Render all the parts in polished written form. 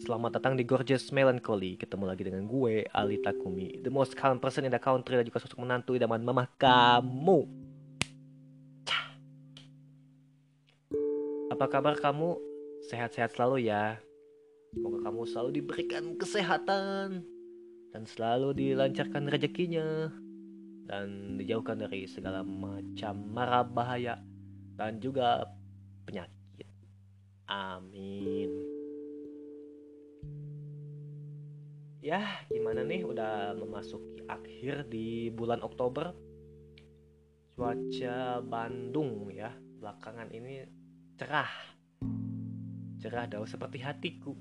Selamat datang di Gorgeous Melancholy. Ketemu lagi dengan gue, Ali Takumi, the most calm person in the country, dan juga sosok menantu idaman mama kamu. Apa kabar kamu? Sehat-sehat selalu ya. Semoga kamu selalu diberikan kesehatan dan selalu dilancarkan rezekinya dan dijauhkan dari segala macam mara bahaya dan juga penyakit. Amin. Ya, gimana nih? Udah memasuki akhir di bulan Oktober. Cuaca Bandung ya belakangan ini cerah, cerah dong seperti hatiku.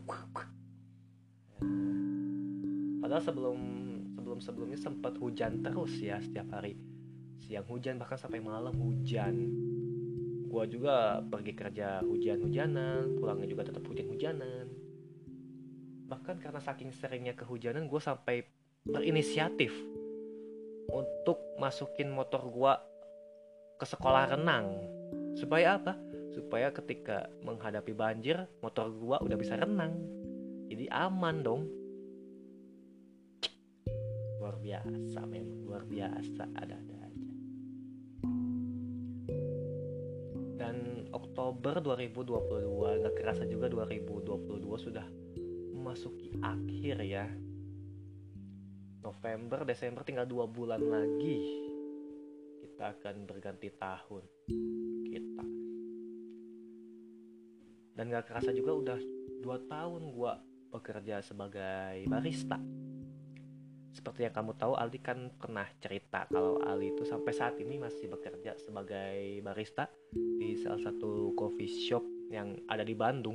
Padahal sebelumnya sempat hujan terus ya setiap hari. Siang hujan bahkan sampai malam hujan. Gua juga pergi kerja hujan-hujanan, pulangnya juga tetap hujan-hujanan. Bahkan karena saking seringnya kehujanan, gue sampai berinisiatif untuk masukin motor gue ke sekolah renang. Supaya apa? Supaya ketika menghadapi banjir, motor gua udah bisa renang. Jadi aman dong. Luar biasa memang, luar biasa, ada-ada aja. Dan Oktober 2022, gak kerasa juga 2022 sudah memasuki akhir ya. November, Desember tinggal 2 bulan lagi. Kita akan berganti tahun. Kita. Dan gak kerasa juga udah 2 tahun gue bekerja sebagai barista. Seperti yang kamu tahu, Aldi kan pernah cerita kalau Ali itu sampai saat ini masih bekerja sebagai barista di salah satu coffee shop yang ada di Bandung.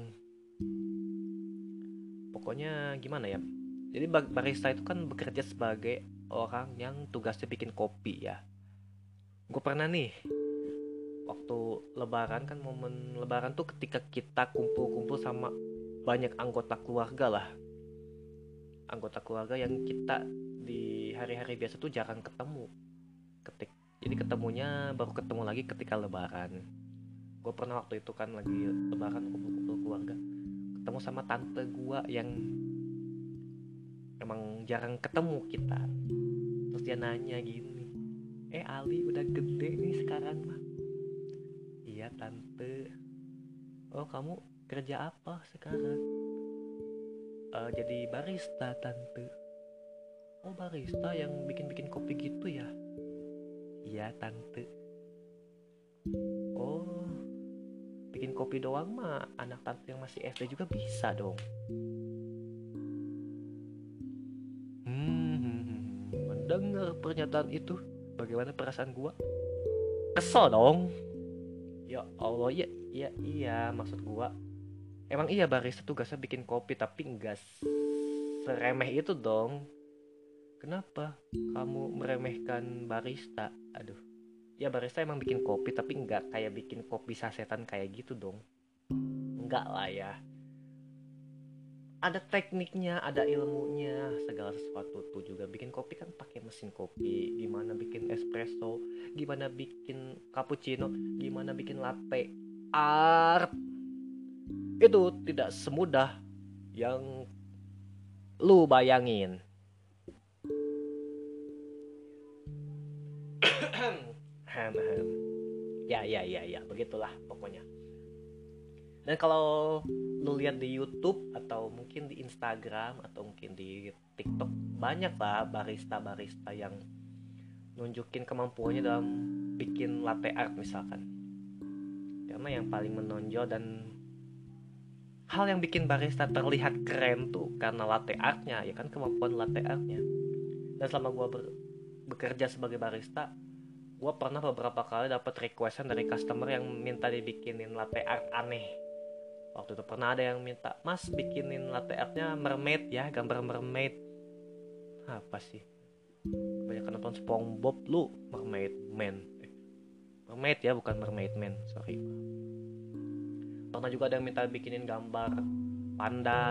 Pokoknya gimana ya, jadi barista itu kan bekerja sebagai orang yang tugasnya bikin kopi ya. Gue pernah nih, waktu lebaran kan, momen lebaran tuh ketika kita kumpul-kumpul sama banyak anggota keluarga lah, anggota keluarga yang kita di hari-hari biasa tuh jarang ketemu. Jadi ketemunya baru ketemu lagi ketika lebaran. Gue pernah waktu itu kan lagi lebaran kumpul-kumpul keluarga, ketemu sama tante gue yang emang jarang ketemu kita. Terus dia nanya gini, Ali udah gede nih sekarang mah. Iya tante. Oh kamu kerja apa sekarang? Jadi barista tante. Oh barista yang bikin-bikin kopi gitu ya? Iya tante. Oh bikin kopi doang mah anak tante yang masih SD juga bisa dong. Mendengar pernyataan itu, bagaimana perasaan gua? Kesel dong. Ya Allah, ya, ya iya, maksud gua emang iya barista tugasnya bikin kopi, tapi enggak seremeh itu dong. Kenapa kamu meremehkan barista? Aduh, ya barista emang bikin kopi, tapi enggak kayak bikin kopi sasetan kayak gitu dong. Enggak lah ya. Ada tekniknya, ada ilmunya, segala sesuatu tuh juga. Bikin kopi kan pakai mesin kopi, gimana bikin espresso, gimana bikin cappuccino, gimana bikin latte art. Itu tidak semudah yang lu bayangin. Ya, begitulah pokoknya. Dan kalau lu lihat di YouTube atau mungkin di Instagram atau mungkin di TikTok, banyak lah barista-barista yang nunjukin kemampuannya dalam bikin latte art misalkan. Karena yang paling menonjol dan hal yang bikin barista terlihat keren tuh karena latte artnya, ya kan, kemampuan latte artnya. Dan selama gue bekerja sebagai barista, gue pernah beberapa kali dapat requestan dari customer yang minta dibikinin latte art aneh. Waktu itu pernah ada yang minta, mas bikinin latte artnya mermaid ya, gambar mermaid. Apa sih, banyak nonton SpongeBob lu, mermaid man. Mermaid ya, bukan mermaid man, sorry. Pernah juga ada yang minta bikinin gambar panda.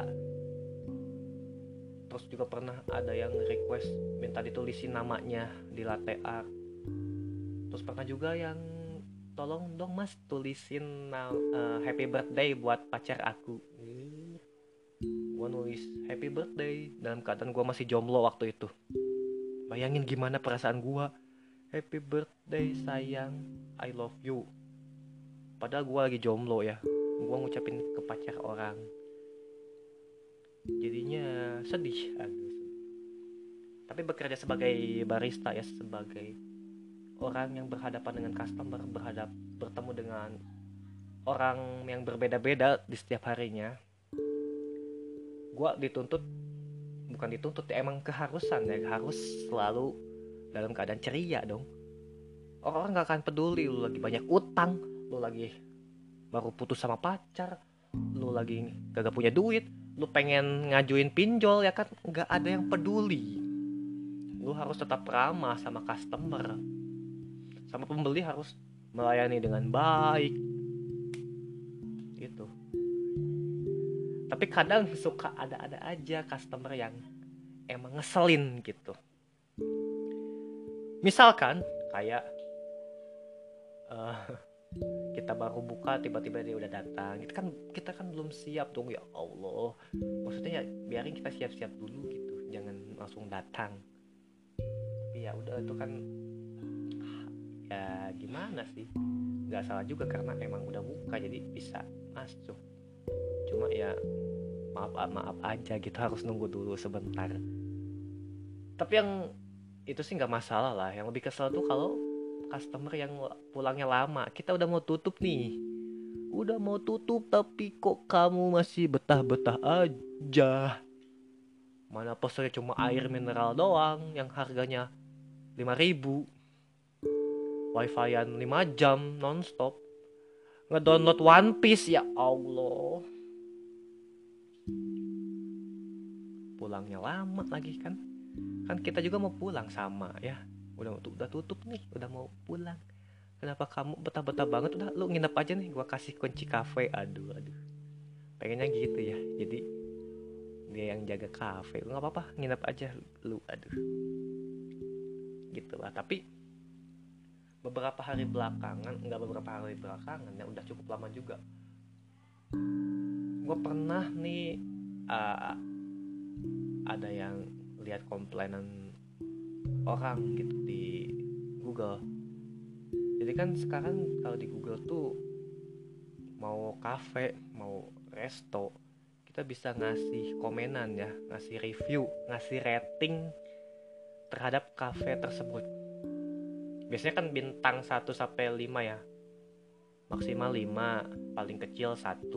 Terus juga pernah ada yang request minta ditulisin namanya di latte art. Terus pernah juga yang tolong dong mas tulisin happy birthday buat pacar aku. gue nulis happy birthday dalam keadaan gue masih jomblo waktu itu. Bayangin gimana perasaan gue, happy birthday sayang, I love you. Padahal gue lagi jomblo ya, gue ngucapin ke pacar orang. Jadinya sedih, aduh. Tapi bekerja sebagai barista ya, sebagai orang yang berhadapan dengan customer, bertemu dengan orang yang berbeda-beda di setiap harinya, gue bukan dituntut ya, emang keharusan ya, harus selalu dalam keadaan ceria dong. Orang gak akan peduli lu lagi banyak utang, lu lagi baru putus sama pacar, lu lagi gak punya duit, lu pengen ngajuin pinjol ya kan, gak ada yang peduli. Lu harus tetap ramah sama customer, sama pembeli harus melayani dengan baik gitu. Tapi kadang suka ada aja customer yang emang ngeselin gitu. Misalkan kayak kita baru buka tiba-tiba dia udah datang. Kita kan belum siap dong, ya Allah. Maksudnya ya biarin kita siap-siap dulu gitu, jangan langsung datang. Tapi ya udah, itu kan ya gimana sih? Gak salah juga karena emang udah buka jadi bisa masuk. Cuma ya maaf aja gitu, harus nunggu dulu sebentar. Tapi yang itu sih nggak masalah lah. Yang lebih kesel tuh kalau customer yang pulangnya lama. Kita udah mau tutup nih, udah mau tutup tapi kok kamu masih betah-betah aja. Mana pesannya cuma air mineral doang yang harganya 5.000, wifi-an 5 jam nonstop, ngedownload One Piece, ya Allah. Pulangnya lama lagi kan kita juga mau pulang sama ya, udah tutup nih, udah mau pulang. Kenapa kamu betah-betah banget? Udah lu nginep aja nih, gua kasih kunci kafe. Aduh pengennya gitu ya, jadi dia yang jaga kafe. Nggak apa-apa, nginep aja lu. Aduh gitulah. Tapi beberapa hari belakangan ya, udah cukup lama juga, gue pernah nih ada yang lihat komplainan orang gitu di Google. Jadi kan sekarang kalau di Google tuh mau kafe, mau resto, kita bisa ngasih komenan ya, ngasih review, ngasih rating terhadap kafe tersebut. Biasanya kan bintang 1 sampai 5 ya. Maksimal 5, paling kecil 1.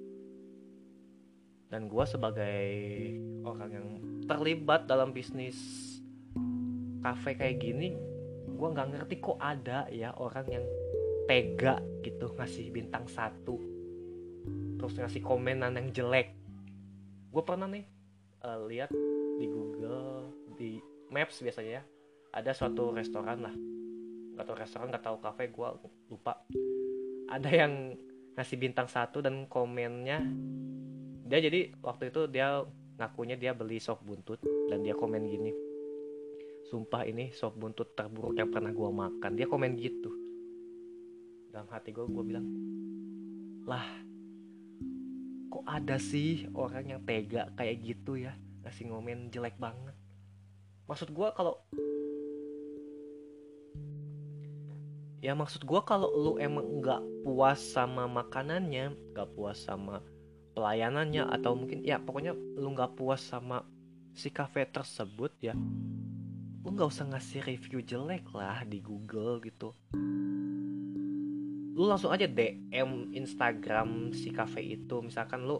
Dan gue sebagai orang yang terlibat dalam bisnis kafe kayak gini, gue gak ngerti kok ada ya orang yang tega gitu ngasih bintang 1 terus ngasih komenan yang jelek. Gue pernah nih lihat di Google, di Maps biasanya ya, ada suatu restoran lah, gak tau restoran, gak tau kafe, gue lupa. Ada yang ngasih bintang 1 dan komennya, dia jadi waktu itu dia ngakunya dia beli sop buntut, dan dia komen gini, sumpah ini sop buntut terburuk yang pernah gue makan. Dia komen gitu. Dalam hati gue bilang, lah kok ada sih orang yang tega kayak gitu ya, ngasih ngomen jelek banget. Maksud gue kalau lu emang gak puas sama makanannya, gak puas sama pelayanannya, atau mungkin ya pokoknya lu gak puas sama si kafe tersebut ya, lu gak usah ngasih review jelek lah di Google gitu. Lu langsung aja DM Instagram si kafe itu. Misalkan lu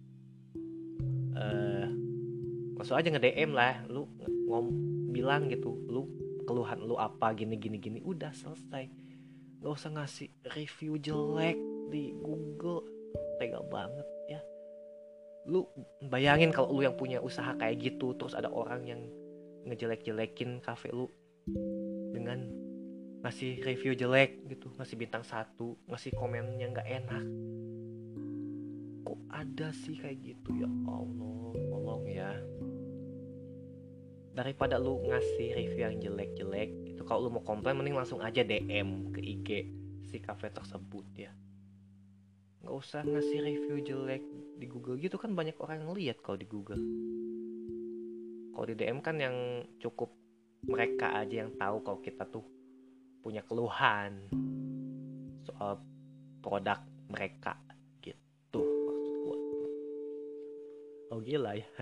langsung aja nge-DM lah, lu bilang gitu, lu keluhan lu apa, gini, udah selesai. Gak usah ngasih review jelek di Google. Tega banget ya. Lu bayangin kalau lu yang punya usaha kayak gitu, terus ada orang yang ngejelek-jelekin kafe lu dengan ngasih review jelek gitu, ngasih bintang 1, ngasih komen yang gak enak. Kok ada sih kayak gitu, ya Allah, tolong ya. Daripada lu ngasih review yang jelek-jelek gitu, kalau lu mau komplain mending langsung aja DM ke IG si kafe tersebut ya. Gak nggak usah ngasih review jelek di Google gitu kan, banyak orang yang lihat kalau di Google. Kalau di DM kan yang cukup mereka aja yang tahu kalau kita tuh punya keluhan soal produk mereka gitu, maksud gua. Oh gila ya.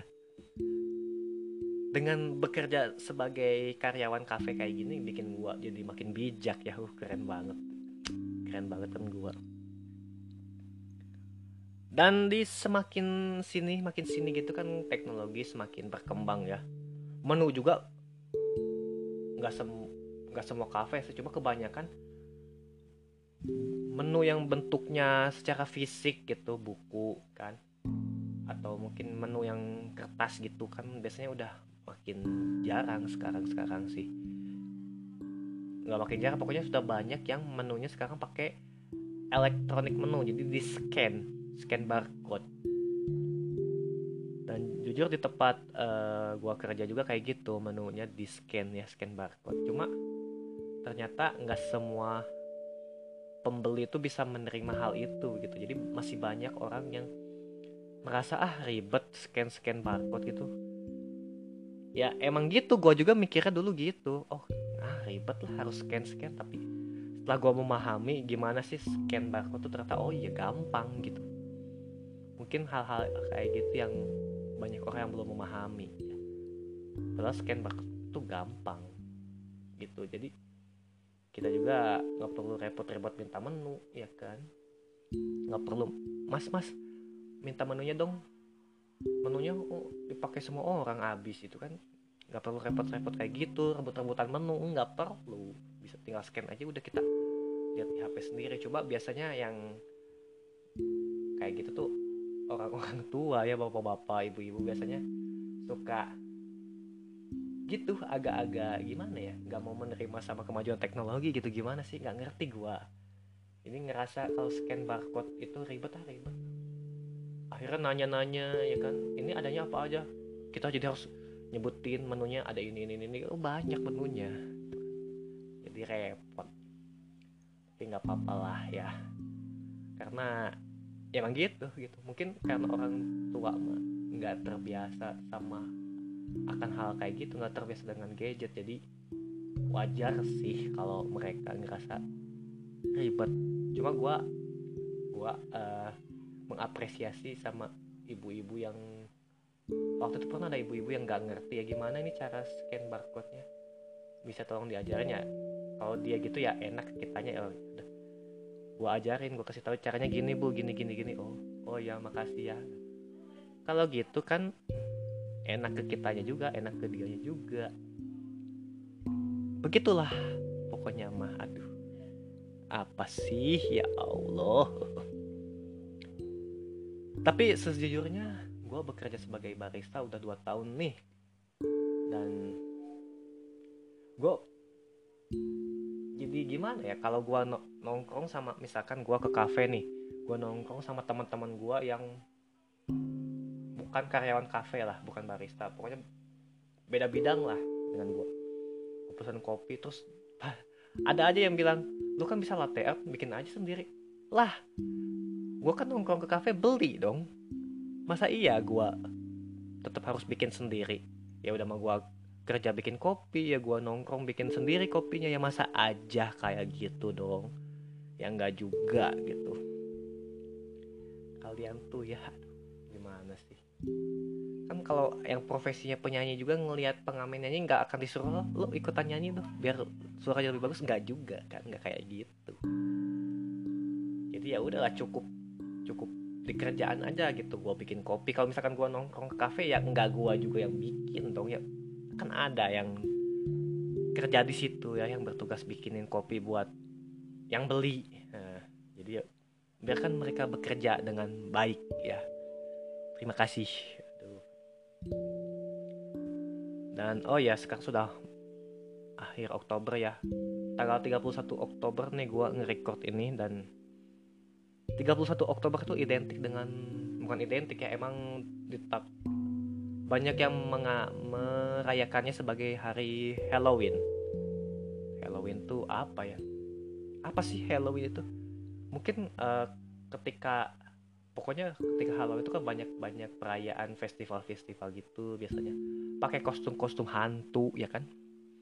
Dengan bekerja sebagai karyawan kafe kayak gini bikin gua jadi makin bijak ya. Keren banget kan gua. Dan di makin sini gitu kan teknologi semakin berkembang ya. Menu juga nggak semua kafe sih, cuma kebanyakan menu yang bentuknya secara fisik gitu, buku kan, atau mungkin menu yang kertas gitu kan biasanya udah makin jarang sekarang sih. Nggak makin jarang, pokoknya sudah banyak yang menunya sekarang pakai elektronik menu, jadi di scan barcode. Dan jujur di tempat gua kerja juga kayak gitu, menunya di scan barcode. Cuma ternyata nggak semua pembeli itu bisa menerima hal itu gitu. Jadi masih banyak orang yang merasa ribet scan barcode gitu. Ya emang gitu, gue juga mikirnya dulu gitu. Ribet lah harus scan. Tapi setelah gue memahami gimana sih scan barcode tuh, ternyata iya gampang gitu. Mungkin hal-hal kayak gitu yang banyak orang yang belum memahami. Padahal scan barcode tuh gampang gitu. Jadi kita juga nggak perlu repot-repot minta menu ya kan. Nggak perlu mas minta menunya dong, menunya dipakai semua orang habis itu kan. Nggak perlu repot-repot kayak gitu, rebut-rebutan menu, nggak perlu, bisa tinggal scan aja udah kita lihat di HP sendiri. Coba biasanya yang kayak gitu tuh orang-orang tua ya, bapak-bapak, ibu-ibu biasanya suka gitu, agak-agak gimana ya, nggak mau menerima sama kemajuan teknologi gitu. Gimana sih, nggak ngerti gua. Ini ngerasa kalau scan barcode itu ribet. Akhirnya nanya-nanya ya kan, ini adanya apa aja, kita jadi harus nyebutin menunya, ada ini. Banyak menunya, jadi repot. Tapi nggak apa-apa lah ya, karena ya emang gitu. Mungkin karena orang tua mah nggak terbiasa sama akan hal kayak gitu, nggak terbiasa dengan gadget, jadi wajar sih kalau mereka ngerasa ribet. Cuma gue mengapresiasi sama ibu-ibu yang waktu itu pernah ada ibu-ibu yang nggak ngerti ya gimana ini cara scan barcode-nya, bisa tolong diajarin ya. Kalau dia gitu ya enak kitanya, ya udah gue ajarin, gue kasih tahu caranya gini bu, gini. Oh ya makasih ya. Kalau gitu kan enak ke kitanya juga, enak ke dianya juga. Begitulah pokoknya mah. Aduh, apa sih ya Allah. Tapi sejujurnya gue bekerja sebagai barista udah 2 tahun nih, dan gue jadi gimana ya, kalau gue nongkrong sama, misalkan gue ke kafe nih, gue nongkrong sama teman-teman gue yang bukan karyawan kafe lah, bukan barista, pokoknya beda bidang lah dengan gue pesan kopi, terus ada aja yang bilang, lu kan bisa latte art, bikin aja sendiri lah. Gue kan nongkrong ke kafe beli dong, masa iya gue tetap harus bikin sendiri? Ya udah mah gue kerja bikin kopi, ya gue nongkrong bikin sendiri kopinya, ya masa aja kayak gitu dong? Ya enggak juga gitu. Kalian tuh ya gimana sih? Kan kalau yang profesinya penyanyi juga ngelihat pengamen nyanyi nggak akan disuruh lo ikutan nyanyi tuh biar suaranya lebih bagus, nggak juga kan, nggak kayak gitu. Jadi ya udahlah, cukup di kerjaan aja gitu. Gue bikin kopi, kalau misalkan gue nongkrong ke kafe ya nggak gue juga yang bikin dong ya, kan ada yang kerja di situ ya yang bertugas bikinin kopi buat yang beli. Nah, jadi ya biarkan mereka bekerja dengan baik ya. Terima kasih. Aduh. Dan oh ya, sekarang sudah akhir Oktober ya. Tanggal 31 Oktober nih gue nge-record ini, dan 31 Oktober itu identik dengan, bukan identik ya, emang banyak yang merayakannya sebagai hari Halloween. Halloween tuh apa ya? Apa sih Halloween itu? Mungkin ketika pokoknya ketika Halloween itu kan banyak perayaan festival-festival gitu biasanya pakai kostum-kostum hantu ya kan,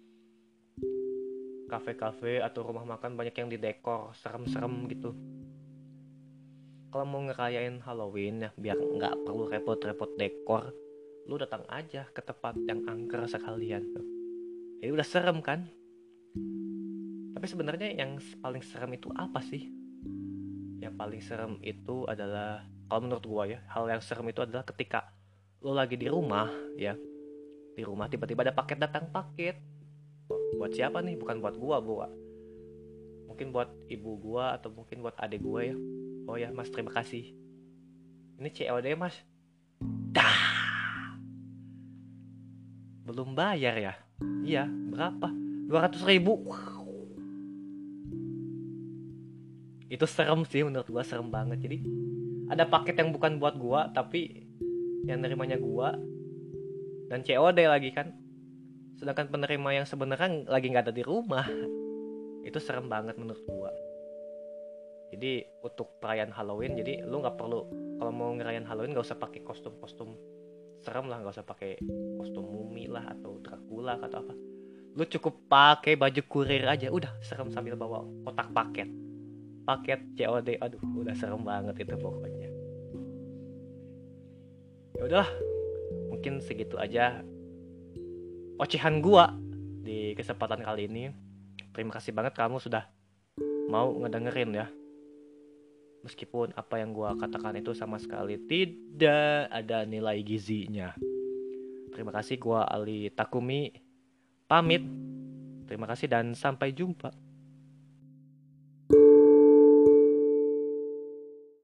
kafe-kafe atau rumah makan banyak yang didekor serem-serem gitu. Kalau mau ngerayain Halloween ya biar nggak perlu repot-repot dekor, lu datang aja ke tempat yang angker sekalian tuh. Ini udah serem kan? Tapi sebenarnya yang paling serem itu apa sih? Yang paling serem itu adalah, kalau menurut gua ya, hal yang serem itu adalah ketika lu lagi di rumah ya, di rumah tiba-tiba ada paket datang paket. Buat siapa nih? Bukan buat gua. Mungkin buat ibu gua atau mungkin buat adik gua ya. Oh ya mas, terima kasih. Ini COD mas. Dah, belum bayar ya? Iya, berapa? 200.000. Itu serem sih menurut gua, serem banget. Jadi ada paket yang bukan buat gua tapi yang nerimanya gua, dan COD lagi kan. Sedangkan penerima yang sebenarnya lagi nggak ada di rumah. Itu serem banget menurut gua. Jadi untuk perayaan Halloween, jadi lu nggak perlu, kalau mau ngerayain Halloween nggak usah pakai kostum-kostum serem lah, nggak usah pakai kostum mumi lah atau Dracula atau apa. Lu cukup pakai baju kurir aja udah serem sambil bawa kotak paket COD. Aduh udah serem banget itu pokoknya. Ya udahlah, mungkin segitu aja ocehan gua di kesempatan kali ini. Terima kasih banget kamu sudah mau ngedengerin ya. Meskipun apa yang gua katakan itu sama sekali tidak ada nilai gizinya. Terima kasih, gua Ali Takumi pamit. Terima kasih dan sampai jumpa.